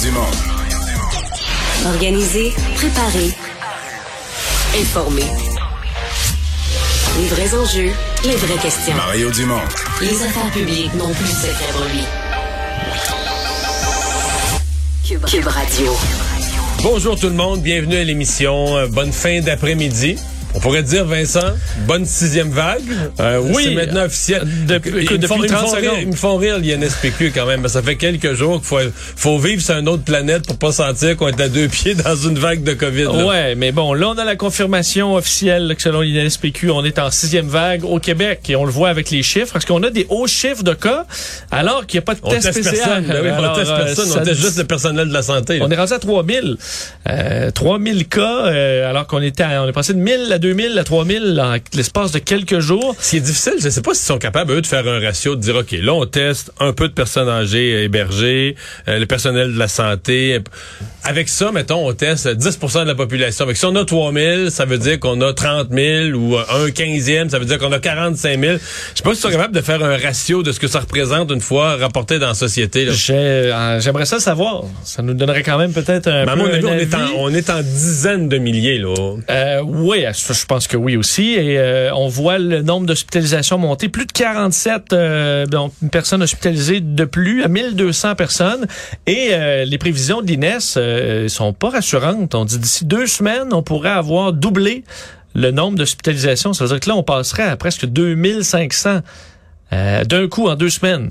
Dumont. Organiser, préparer, informer. Les vrais enjeux, les vraies questions. Mario Dumont. Les affaires publiques n'ont plus de secret pour lui. Cube Radio. Bonjour tout le monde, bienvenue à l'émission. Bonne fin d'après-midi. On pourrait dire, Vincent, bonne sixième vague. Oui. C'est maintenant officiel. Depuis 30 secondes. Ils me font rire, l'INSPQ, quand même. Ça fait quelques jours qu'il faut vivre sur une autre planète pour pas sentir qu'on est à deux pieds dans une vague de COVID. Là. Ouais, mais bon, là, on a la confirmation officielle que selon l'INSPQ, on est en sixième vague au Québec. Et on le voit avec les chiffres. Parce qu'on a des hauts chiffres de cas, alors qu'il n'y a pas de test PCR. Personne. Ben oui, on teste personne. On teste juste le personnel de la santé. Là. On est rendu à 3000. 3000 cas, alors qu'on est passé de 1000 à 2000 à 3000 en l'espace de quelques jours. Ce qui est difficile, je ne sais pas s'ils sont capables, eux, de faire un ratio, de dire, OK, là, on teste un peu de personnes âgées hébergées, le personnel de la santé. Avec ça, mettons, on teste 10% de la population. Avec ça, on a 3000, ça veut dire qu'on a 30 000 ou un 15e, ça veut dire qu'on a 45 000. Je sais pas s'ils sont capables de faire un ratio de ce que ça représente une fois rapporté dans la société. Là. J'aimerais ça savoir. Ça nous donnerait quand même peut-être un peu un avis. On est en dizaines de milliers, là. Oui, je pense que oui aussi. Et on voit le nombre d'hospitalisations monter. Plus de 47 personnes hospitalisées de plus à 1200 personnes. Et les prévisions de l'INES sont pas rassurantes. On dit d'ici 2 semaines, on pourrait avoir doublé le nombre d'hospitalisations. Ça veut dire que là, on passerait à presque 2500 d'un coup en 2 semaines.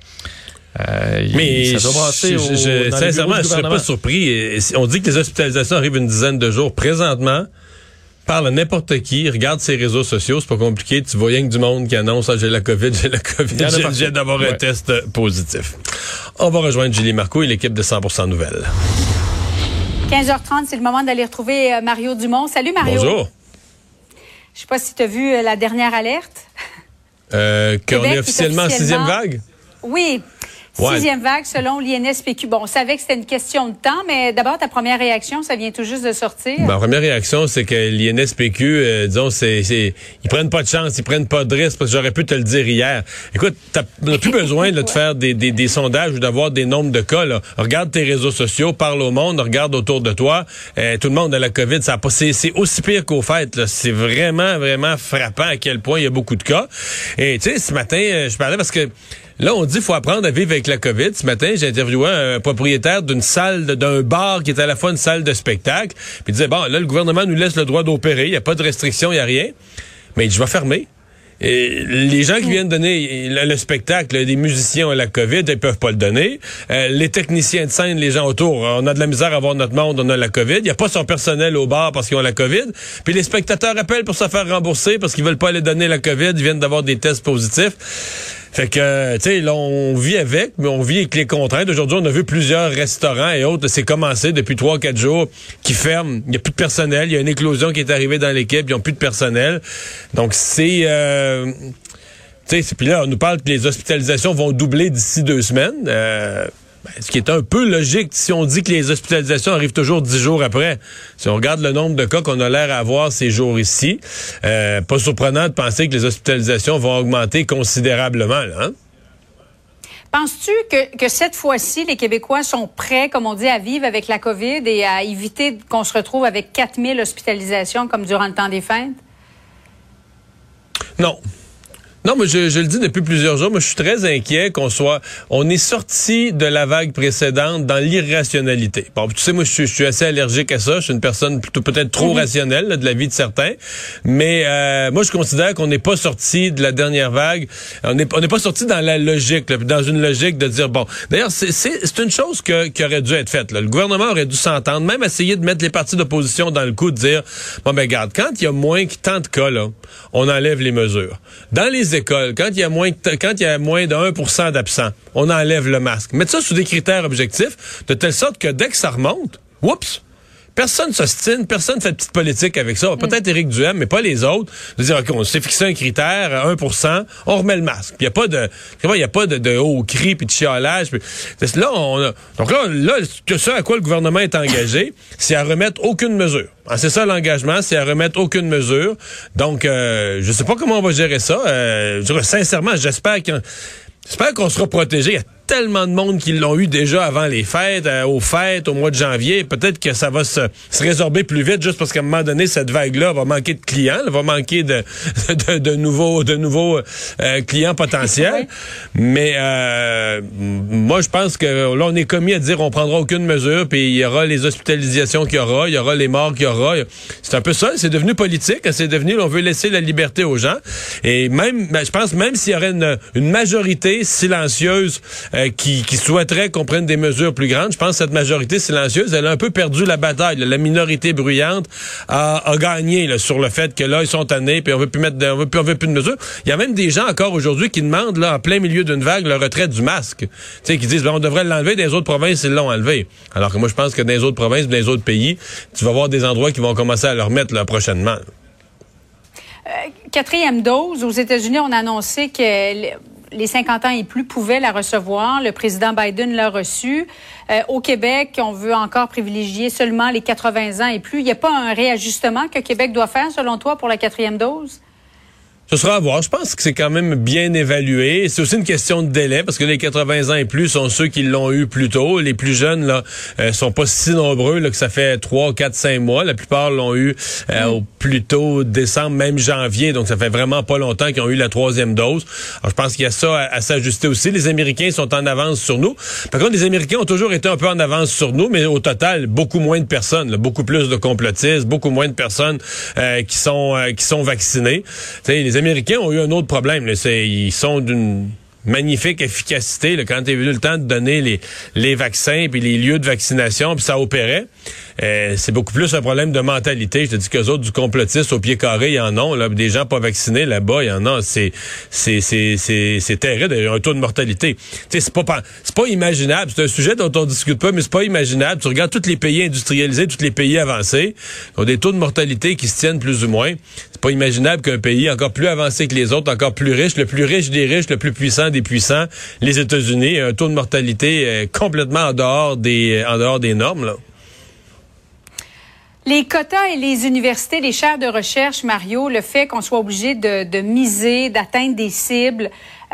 Mais ça doit passer sincèrement, je serais pas surpris. On dit que les hospitalisations arrivent une dizaine de jours. Présentement, parle à n'importe qui, regarde ses réseaux sociaux, c'est pas compliqué, tu vois rien que du monde qui annonce j'ai la COVID, j'ai d'avoir un test positif. On va rejoindre Julie Marcoux et l'équipe de 100% Nouvelles. 15h30, c'est le moment d'aller retrouver Mario Dumont. Salut Mario. Bonjour. Je sais pas si tu as vu la dernière alerte. Qu'on est officiellement en sixième vague? Oui. Sixième vague selon l'INSPQ. Bon, on savait que c'était une question de temps, mais d'abord, ta première réaction, ça vient tout juste de sortir. Ma première réaction, c'est que l'INSPQ, disons, ils prennent pas de chance, ils prennent pas de risque, parce que j'aurais pu te le dire hier. Écoute, t'as plus besoin de faire des sondages ou d'avoir des nombres de cas. Là. Regarde tes réseaux sociaux, parle au monde, regarde autour de toi. Tout le monde a la COVID. C'est aussi pire qu'aux fêtes. Là. C'est vraiment, vraiment frappant à quel point il y a beaucoup de cas. Et tu sais, ce matin, je parlais parce que là, on dit qu'il faut apprendre à vivre avec la COVID. Ce matin, j'ai interviewé un propriétaire d'une salle, d'un bar qui est à la fois une salle de spectacle. Puis il disait, bon, là, le gouvernement nous laisse le droit d'opérer. Il n'y a pas de restriction, il n'y a rien. Mais il dit, je vais fermer. Et les gens qui viennent donner le spectacle, des musiciens ont la COVID, ils peuvent pas le donner. Les techniciens de scène, les gens autour, on a de la misère à voir notre monde, on a la COVID. Il n'y a pas son personnel au bar parce qu'ils ont la COVID. Puis les spectateurs appellent pour se faire rembourser parce qu'ils veulent pas aller donner la COVID, ils viennent d'avoir des tests positifs. Fait que, tu sais, là, on vit avec, mais on vit avec les contraintes. Aujourd'hui, on a vu plusieurs restaurants et autres. C'est commencé depuis 3-4 jours qui ferment. Il n'y a plus de personnel. Il y a une éclosion qui est arrivée dans l'équipe. Ils n'ont plus de personnel. Donc, c'est... tu sais, puis là, on nous parle que les hospitalisations vont doubler d'ici 2 semaines. Ce qui est un peu logique si on dit que les hospitalisations arrivent toujours 10 jours après. Si on regarde le nombre de cas qu'on a l'air à avoir ces jours-ci, pas surprenant de penser que les hospitalisations vont augmenter considérablement. Là, hein? Penses-tu que cette fois-ci, les Québécois sont prêts, comme on dit, à vivre avec la COVID et à éviter qu'on se retrouve avec 4000 hospitalisations comme durant le temps des fêtes? Non. Non, mais je le dis depuis plusieurs jours, moi je suis très inquiet on est sorti de la vague précédente dans l'irrationalité. Bon, tu sais, moi je suis assez allergique à ça, je suis une personne plutôt peut-être trop rationnelle là, de la vie de certains, mais moi je considère qu'on n'est pas sorti de la dernière vague, on n'est pas sorti dans la logique, là, dans une logique de dire bon. D'ailleurs, c'est une chose qui aurait dû être faite. Là. Le gouvernement aurait dû s'entendre, même essayer de mettre les partis d'opposition dans le coup, de dire bon ben regarde, quand il y a moins que tant de cas là, on enlève les mesures. Dans les écoles, quand il y a moins de 1% d'absents, on enlève le masque. Mettre ça sous des critères objectifs, de telle sorte que dès que ça remonte, oups, personne s'ostine, personne fait de petite politique avec ça. Peut-être Éric Duhem, mais pas les autres. De dire, OK, on s'est fixé un critère, 1%, on remet le masque. Il n'y a pas de haut cri puis de chiolage. Là, donc là, ce à quoi le gouvernement est engagé, c'est à remettre aucune mesure. Ah, c'est ça l'engagement, c'est à remettre aucune mesure. Donc, je sais pas comment on va gérer ça. Sincèrement, j'espère qu'on sera protégé. Il y a tellement de monde qui l'ont eu déjà avant les fêtes, aux fêtes, au mois de janvier. Peut-être que ça va se résorber plus vite juste parce qu'à un moment donné, cette vague-là va manquer de clients, va manquer de nouveaux clients potentiels. Oui. Mais moi, je pense que là, on est commis à dire on prendra aucune mesure, puis il y aura les hospitalisations qu'il y aura les morts qu'il y aura. C'est un peu ça, c'est devenu politique, c'est devenu, on veut laisser la liberté aux gens. Et même, je pense, même s'il y aurait une majorité silencieuse qui souhaiterait qu'on prenne des mesures plus grandes. Je pense que cette majorité silencieuse, elle a un peu perdu la bataille. La minorité bruyante a gagné là, sur le fait que là, ils sont tannés, puis on veut plus de mesures. Il y a même des gens encore aujourd'hui qui demandent, là, en plein milieu d'une vague, le retrait du masque. Tu sais, qui disent, on devrait l'enlever. Dans les autres provinces, ils l'ont enlevé. Alors que moi, je pense que dans les autres provinces, dans les autres pays, tu vas voir des endroits qui vont commencer à le remettre là, prochainement. Quatrième dose, aux États-Unis, on a annoncé que les 50 ans et plus pouvaient la recevoir. Le président Biden l'a reçue. Au Québec, on veut encore privilégier seulement les 80 ans et plus. Il n'y a pas un réajustement que Québec doit faire, selon toi, pour la quatrième dose? Ce sera à voir. Je pense que c'est quand même bien évalué. C'est aussi une question de délai parce que les 80 ans et plus sont ceux qui l'ont eu plus tôt. Les plus jeunes là sont pas si nombreux là, que ça fait 3, 4, 5 mois. La plupart l'ont eu au plus tôt décembre, même janvier. Donc ça fait vraiment pas longtemps qu'ils ont eu la 3e dose. Alors je pense qu'il y a ça à s'ajuster aussi. Les Américains sont en avance sur nous. Par contre, les Américains ont toujours été un peu en avance sur nous, mais au total, beaucoup moins de personnes, là, beaucoup plus de complotistes, beaucoup moins de personnes qui sont vaccinées. Les Américains ont eu un autre problème. Là. Ils sont d'une magnifique efficacité. Là, quand tu as eu le temps de donner les vaccins puis les lieux de vaccination, puis ça opérait. C'est beaucoup plus un problème de mentalité. Je te dis qu'eux autres, du complotiste au pied carré, il y en a. Là, des gens pas vaccinés là-bas, il y en a. C'est terrible. Il y a un taux de mortalité. C'est pas imaginable. C'est un sujet dont on discute pas, mais c'est pas imaginable. Tu regardes tous les pays industrialisés, tous les pays avancés, qui ont des taux de mortalité qui se tiennent plus ou moins. C'est pas imaginable qu'un pays encore plus avancé que les autres, encore plus riche, le plus riche des riches, le plus puissant des puissants, les États-Unis, un taux de mortalité complètement en dehors des normes, là. Les quotas et les universités, les chaires de recherche, Mario, le fait qu'on soit obligé de miser, d'atteindre des cibles,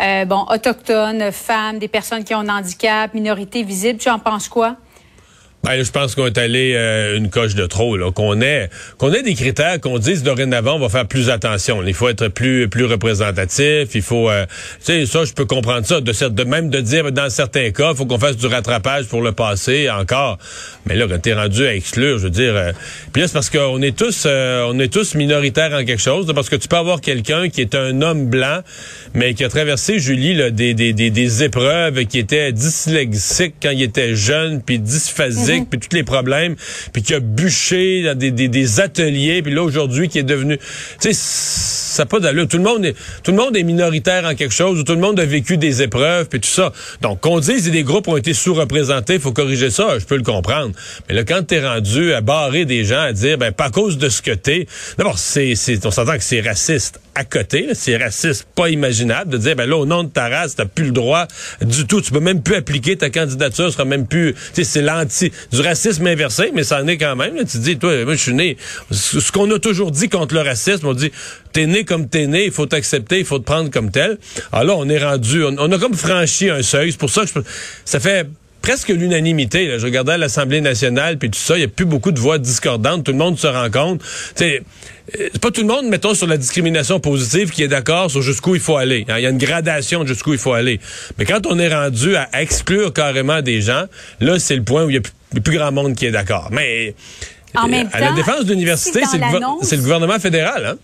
autochtones, femmes, des personnes qui ont un handicap, minorités visibles, tu en penses quoi? Ben, là, je pense qu'on est allé une coche de trop, là, qu'on ait des critères, qu'on dise dorénavant, on va faire plus attention. Il faut être plus représentatif. Il faut, tu sais, ça, je peux comprendre ça, de même de dire dans certains cas, il faut qu'on fasse du rattrapage pour le passé encore. Mais là, quand t'es rendu à exclure, je veux dire, puis là, c'est parce qu'on est tous minoritaires en quelque chose, là, parce que tu peux avoir quelqu'un qui est un homme blanc, mais qui a traversé, Julie, là, des épreuves, qui était dyslexique quand il était jeune, puis dysphasique. Puis tous les problèmes, puis qui a bûché dans des ateliers, puis là aujourd'hui qui est devenu, tu sais, ça n'a pas d'allure. Tout le monde est minoritaire en quelque chose, ou tout le monde a vécu des épreuves, puis tout ça. Donc qu'on dise que des groupes ont été sous-représentés, il faut corriger ça, je peux le comprendre. Mais là, quand t'es rendu à barrer des gens, à dire, ben pas à cause de ce que t'es, d'abord on s'entend que c'est raciste à côté, là, c'est raciste pas imaginable de dire, ben là, au nom de ta race, t'as plus le droit du tout, tu peux même plus appliquer ta candidature, ce sera même plus, tu sais, c'est du racisme inversé, mais ça en est quand même, là. Tu te dis, toi, moi, je suis né, ce qu'on a toujours dit contre le racisme, on dit, t'es né comme t'es né, il faut t'accepter, il faut te prendre comme tel. Alors là, on est rendu, on a comme franchi un seuil, c'est pour ça que ça fait presque l'unanimité, là. Je regardais à l'Assemblée nationale, puis tout ça, il n'y a plus beaucoup de voix discordantes, tout le monde se rend compte. C'est pas tout le monde, mettons, sur la discrimination positive qui est d'accord sur jusqu'où il faut aller. Il y a une gradation de jusqu'où il faut aller. Mais quand on est rendu à exclure carrément des gens, là, c'est le point où il n'y a plus grand monde qui est d'accord. Mais en même temps, à la défense de l'université, c'est le gouvernement fédéral, hein?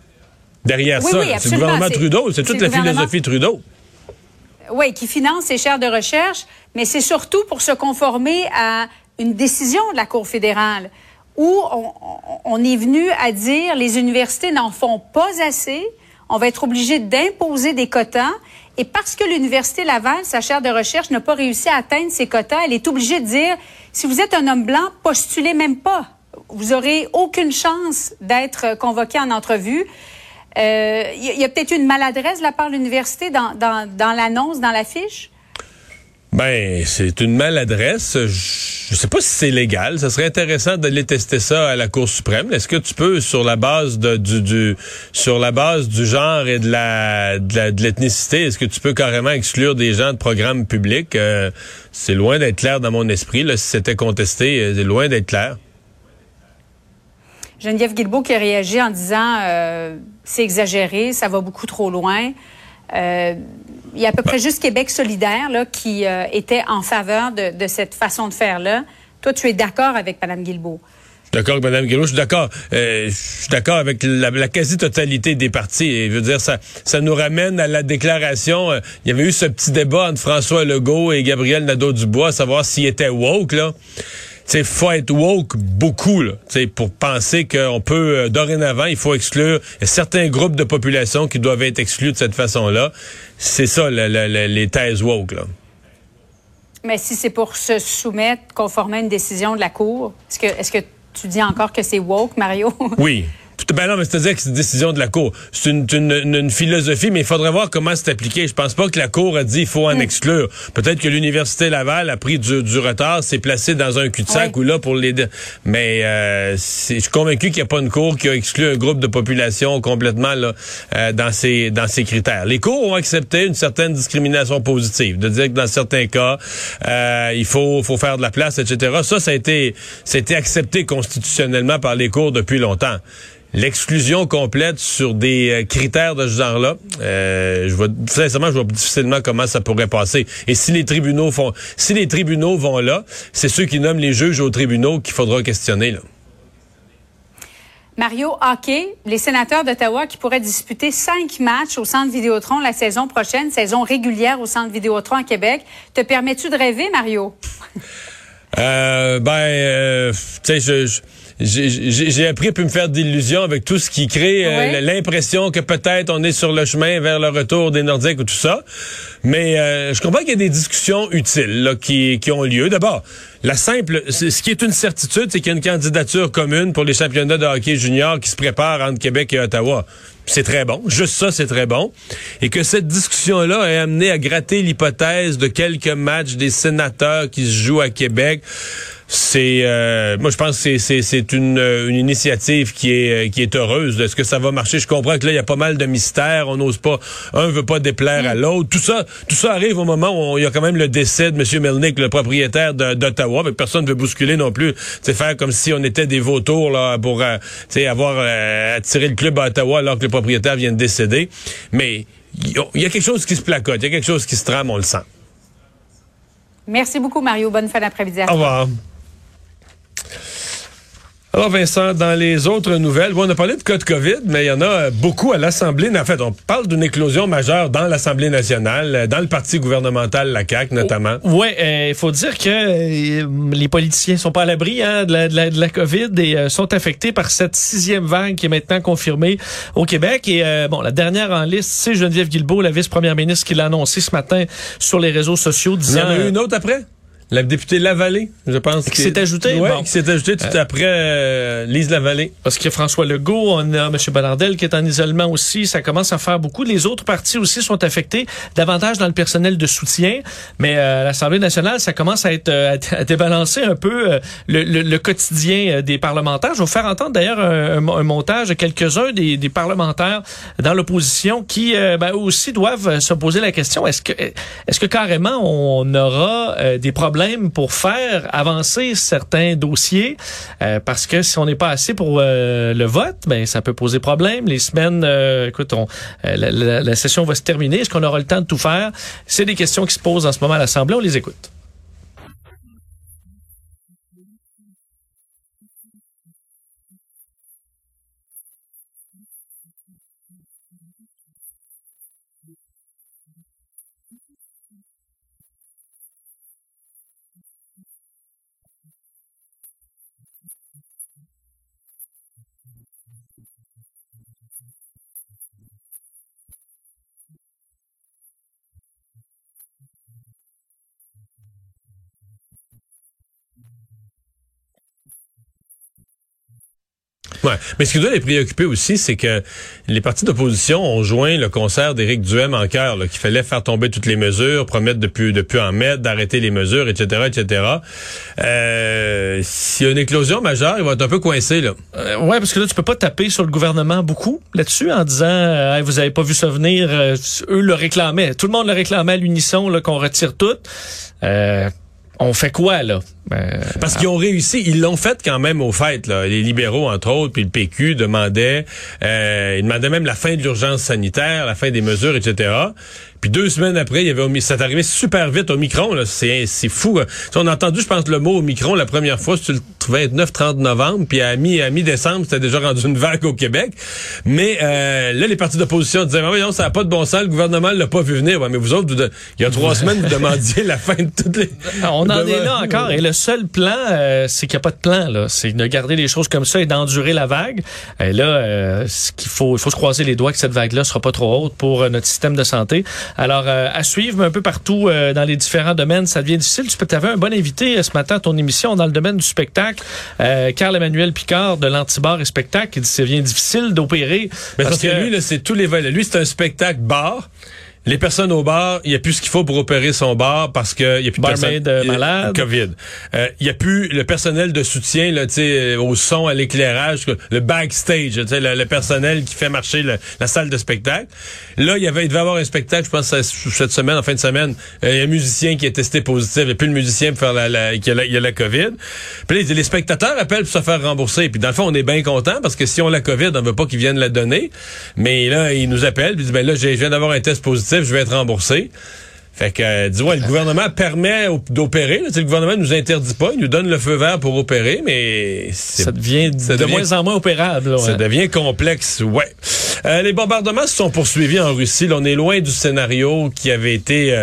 Derrière ça, c'est le gouvernement Trudeau, c'est toute la philosophie Trudeau. Oui, qui finance ces chaires de recherche, mais c'est surtout pour se conformer à une décision de la Cour fédérale où on est venu à dire les universités n'en font pas assez, on va être obligé d'imposer des quotas. Et parce que l'Université Laval, sa chaire de recherche, n'a pas réussi à atteindre ses quotas, elle est obligée de dire, si vous êtes un homme blanc, postulez même pas. Vous aurez aucune chance d'être convoqué en entrevue. Il y a peut-être une maladresse de la part de l'université dans l'annonce, dans l'affiche? Ben, c'est une maladresse. Je sais pas si c'est légal. Ça serait intéressant d'aller tester ça à la Cour suprême. Est-ce que tu peux, sur la base sur la base du genre et de l'ethnicité, est-ce que tu peux carrément exclure des gens de programmes publics? C'est loin d'être clair dans mon esprit. Là, si c'était contesté, c'est loin d'être clair. Geneviève Guilbeault qui a réagi en disant c'est exagéré, ça va beaucoup trop loin. Il y a à peu près juste Québec solidaire là, qui était en faveur de cette façon de faire-là. Toi, tu es d'accord avec Mme Guilbeault? Je suis d'accord avec Mme Guilbeault. Je suis d'accord avec la quasi-totalité des partis. Et je veux dire, ça nous ramène à la déclaration. Il y avait eu ce petit débat entre François Legault et Gabriel Nadeau-Dubois à savoir s'il était woke, là. Il faut être woke beaucoup là, pour penser qu'on peut, dorénavant, il faut exclure certains groupes de population qui doivent être exclus de cette façon-là. C'est ça, les thèses woke. Là. Mais si c'est pour se soumettre conformément à une décision de la Cour, est-ce que tu dis encore que c'est woke, Mario? Oui. Ben non, mais c'est-à-dire que c'est une décision de la Cour. C'est une philosophie, mais il faudrait voir comment c'est appliqué. Je pense pas que la Cour a dit il faut en exclure. Peut-être que l'Université Laval a pris du retard, s'est placé dans un cul-de-sac ou là pour les... Mais je suis convaincu qu'il n'y a pas une Cour qui a exclu un groupe de population complètement là dans ses critères. Les cours ont accepté une certaine discrimination positive, de dire que dans certains cas, il faut faire de la place, etc. Ça a été accepté constitutionnellement par les cours depuis longtemps. L'exclusion complète sur des critères de ce genre-là, sincèrement, je vois difficilement comment ça pourrait passer. Et si les tribunaux vont là, c'est ceux qui nomment les juges aux tribunaux qu'il faudra questionner, là. Mario, hockey, les sénateurs d'Ottawa qui pourraient disputer 5 matchs au Centre Vidéotron la saison prochaine, saison régulière au Centre Vidéotron à Québec. Te permets-tu de rêver, Mario? Tu sais, j'ai appris à plus me faire d'illusions avec tout ce qui crée l'impression que peut-être on est sur le chemin vers le retour des Nordiques ou tout ça. Mais je comprends qu'il y a des discussions utiles là, qui ont lieu. D'abord, ce qui est une certitude, c'est qu'il y a une candidature commune pour les championnats de hockey junior qui se préparent entre Québec et Ottawa. C'est très bon. Juste ça, c'est très bon. Et que cette discussion-là ait amené à gratter l'hypothèse de quelques matchs des sénateurs qui se jouent à Québec. Moi je pense que c'est une initiative qui est heureuse. Est-ce que ça va marcher? Je comprends que là il y a pas mal de mystères, on n'ose pas, un veut pas déplaire à l'autre. Tout ça arrive au moment où il y a quand même le décès de M. Melnick, le propriétaire d'Ottawa, mais personne ne veut bousculer non plus, c'est faire comme si on était des vautours là pour avoir attiré le club à Ottawa alors que le propriétaire vient de décéder. Mais il y a quelque chose qui se placote, il y a quelque chose qui se trame, on le sent. Merci beaucoup, Mario. Bonne fin d'après-midi à toi. Au revoir. Alors Vincent, dans les autres nouvelles, on a parlé de cas de COVID, mais il y en a beaucoup à l'Assemblée. En fait, on parle d'une éclosion majeure dans l'Assemblée nationale, dans le parti gouvernemental, la CAQ notamment. Oui, il faut dire que les politiciens sont pas à l'abri de la COVID et sont affectés par cette 6e vague qui est maintenant confirmée au Québec. Et la dernière en liste, c'est Geneviève Guilbeault, la vice-première ministre, qui l'a annoncé ce matin sur les réseaux sociaux, disant... Il y en a eu une autre après? La députée Lavallée, je pense. Qui s'est ajoutée? Oui, qui s'est ajoutée tout après Lise Lavallée. Parce que François Legault, on a M. Bonnardel qui est en isolement aussi. Ça commence à faire beaucoup. Les autres partis aussi sont affectés, davantage dans le personnel de soutien. Mais à l'Assemblée nationale, ça commence à être à débalancer un peu le quotidien des parlementaires. Je vais vous faire entendre d'ailleurs un montage de quelques-uns des parlementaires dans l'opposition qui eux aussi doivent se poser la question, est-ce que carrément on aura des problèmes pour faire avancer certains dossiers, parce que si on n'est pas assez pour le vote, ça peut poser problème. Les semaines, la session va se terminer. Est-ce qu'on aura le temps de tout faire? C'est des questions qui se posent en ce moment à l'Assemblée. On les écoute. Ouais. Mais ce qui doit les préoccuper aussi, c'est que les partis d'opposition ont joint le concert d'Éric Duhem en chœur, qu'il fallait faire tomber toutes les mesures, promettre de plus en mettre, d'arrêter les mesures, etc., etc. S'il y a une éclosion majeure, ils vont être un peu coincés, là. Ouais, parce que là, tu peux pas taper sur le gouvernement beaucoup là-dessus en disant hey, vous avez pas vu ça venir. Eux le réclamaient. Tout le monde le réclamait à l'unisson là, qu'on retire tout. On fait quoi, là? Parce qu'ils ont réussi, ils l'ont fait quand même au fait, là. Les libéraux, entre autres, puis le PQ demandaient même la fin de l'urgence sanitaire, la fin des mesures, etc. Puis 2 semaines après, il y avait ça est arrivé super vite au Omicron, là. C'est fou. On a entendu, je pense, le mot Omicron la première fois, sur le 29-30 novembre, puis à mi-décembre, c'était déjà rendu une vague au Québec. Mais là, les partis d'opposition disaient, voyons, ça n'a pas de bon sens, le gouvernement l'a pas vu venir. Ouais, mais vous autres, il y a 3 semaines, vous demandiez la fin de toutes les... On en est là encore. Et le seul plan, c'est qu'il n'y a pas de plan, là. C'est de garder les choses comme ça et d'endurer la vague. Et là, il faut se croiser les doigts que cette vague-là sera pas trop haute pour notre système de santé. Alors, à suivre un peu partout dans les différents domaines, ça devient difficile. Tu avais un bon invité ce matin à ton émission dans le domaine du spectacle, Carl-Emmanuel Picard de l'Antibar et Spectacle, qui dit que ça devient difficile d'opérer. Mais parce que lui, là, c'est tous les volets. Lui, c'est un spectacle bar. Les personnes au bar, il n'y a plus ce qu'il faut pour opérer son bar parce qu'il n'y a plus de personnes malades. COVID. Il n'y a plus le personnel de soutien là, au son, à l'éclairage, le backstage, le personnel qui fait marcher la salle de spectacle. Là, il devait avoir un spectacle, je pense, cette semaine, en fin de semaine, il y a un musicien qui est testé positif. Il n'y a plus le musicien pour faire il y a la COVID. Puis là, les spectateurs appellent pour se faire rembourser. Puis dans le fond, on est bien content parce que si on a la COVID, on veut pas qu'ils viennent la donner. Mais là, ils nous appellent puis ils disent, là, je viens d'avoir un test positif, je vais être remboursé. Fait que, dis-moi, le gouvernement permet d'opérer. Le gouvernement nous interdit pas, il nous donne le feu vert pour opérer, mais ça devient de moins en moins opérable. Là, ouais. Ça devient complexe, ouais. Les bombardements se sont poursuivis en Russie. Là, on est loin du scénario qui avait été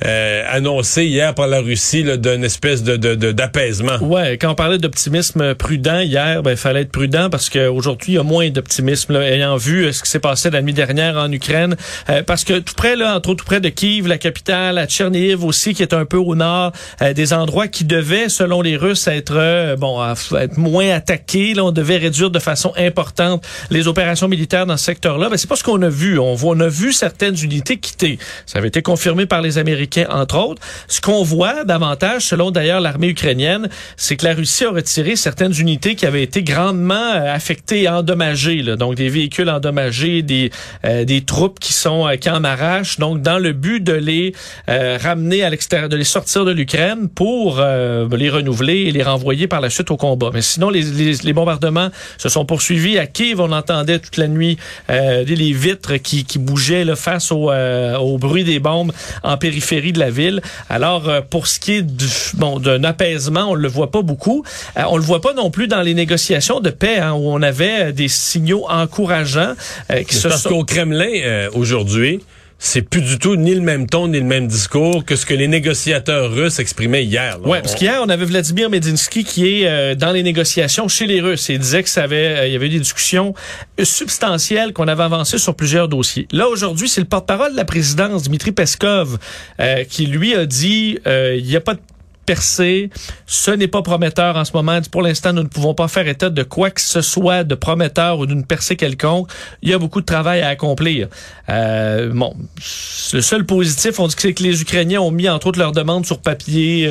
annoncé hier par la Russie d'une espèce d'apaisement. Ouais, quand on parlait d'optimisme prudent hier, il fallait être prudent parce qu'aujourd'hui, il y a moins d'optimisme, là, ayant vu ce qui s'est passé la nuit dernière en Ukraine. Parce que tout près, là, entre autres, tout près de Kiev, la capitale, à Tchernihiv aussi, qui est un peu au nord, des endroits qui devaient, selon les Russes, être moins attaqués. Là, on devait réduire de façon importante les opérations militaires dans ce secteur-là. C'est pas ce qu'on a vu. On a vu certaines unités quitter. Ça avait été confirmé par les Américains, entre autres. Ce qu'on voit davantage, selon d'ailleurs l'armée ukrainienne, c'est que la Russie a retiré certaines unités qui avaient été grandement affectées et endommagées. Là. Donc, des véhicules endommagés, des troupes qui en arrachent. Donc, dans le but de les ramener à l'extérieur, de les sortir de l'Ukraine pour les renouveler et les renvoyer par la suite au combat. Mais sinon, les bombardements se sont poursuivis. À Kiev, on entendait toute la nuit les vitres qui bougeaient là, face au bruit des bombes en périphérie de la ville. Alors, pour ce qui est d'un apaisement, on le voit pas beaucoup. On le voit pas non plus dans les négociations de paix, où on avait des signaux encourageants. Parce qu'au Kremlin, aujourd'hui, c'est plus du tout ni le même ton ni le même discours que ce que les négociateurs russes exprimaient hier. Là. Ouais, parce qu'hier, on avait Vladimir Medinsky qui est dans les négociations chez les Russes. Il disait que il y avait eu des discussions substantielles, qu'on avait avancées sur plusieurs dossiers. Là, aujourd'hui, c'est le porte-parole de la présidence, Dmitri Peskov, qui lui a dit il n'y a pas de percée. Ce n'est pas prometteur en ce moment. Pour l'instant, nous ne pouvons pas faire état de quoi que ce soit de prometteur ou d'une percée quelconque. Il y a beaucoup de travail à accomplir. Le seul positif, on dit que c'est que les Ukrainiens ont mis entre autres leurs demandes sur papier.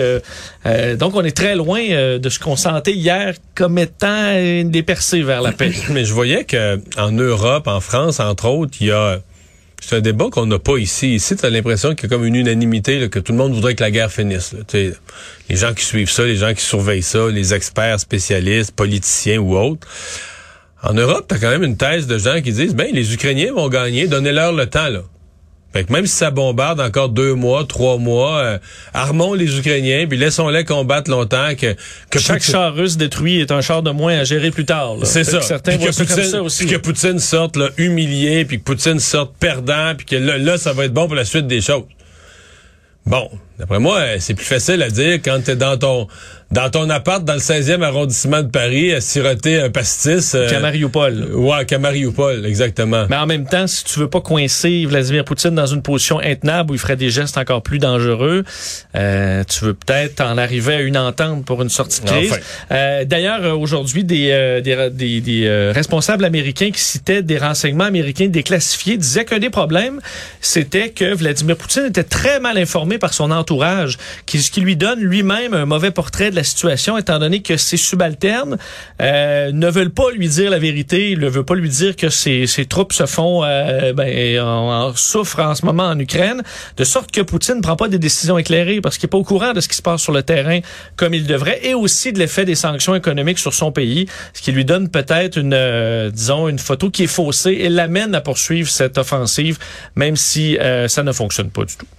Donc, on est très loin de ce qu'on sentait hier comme étant des percées vers la paix. Mais je voyais qu'en Europe, en France, entre autres, il y a... C'est un débat qu'on n'a pas ici. Ici, tu as l'impression qu'il y a comme une unanimité, là, que tout le monde voudrait que la guerre finisse. Là. Les gens qui suivent ça, les gens qui surveillent ça, les experts, spécialistes, politiciens ou autres. En Europe, tu as quand même une thèse de gens qui disent, les Ukrainiens vont gagner, donnez-leur le temps. Là. Fait que même si ça bombarde encore 2 mois, 3 mois, armons les Ukrainiens, puis laissons-les combattre longtemps que chaque char russe détruit est un char de moins à gérer plus tard. Là. C'est ça. Certains voient ça comme ça aussi. Puis que Poutine sorte là, humilié, puis que Poutine sorte perdant, puis que là, ça va être bon pour la suite des choses. Bon, D'après moi, c'est plus facile à dire quand t'es dans ton appart dans le 16e arrondissement de Paris à siroter un pastis. Qu'à Mariupol. Ouais, qu'à Mariupol, exactement. Mais en même temps, si tu veux pas coincer Vladimir Poutine dans une position intenable où il ferait des gestes encore plus dangereux, tu veux peut-être en arriver à une entente pour une sortie de crise. Enfin. D'ailleurs, aujourd'hui, des responsables américains qui citaient des renseignements américains déclassifiés disaient qu'un des problèmes, c'était que Vladimir Poutine était très mal informé par son entourage, ce qui lui donne lui-même un mauvais portrait de la situation, étant donné que ses subalternes ne veulent pas lui dire la vérité, ne veulent pas lui dire que ses troupes se font souffrent en ce moment en Ukraine, de sorte que Poutine ne prend pas des décisions éclairées parce qu'il n'est pas au courant de ce qui se passe sur le terrain comme il devrait, et aussi de l'effet des sanctions économiques sur son pays, ce qui lui donne peut-être une photo qui est faussée et l'amène à poursuivre cette offensive, même si ça ne fonctionne pas du tout.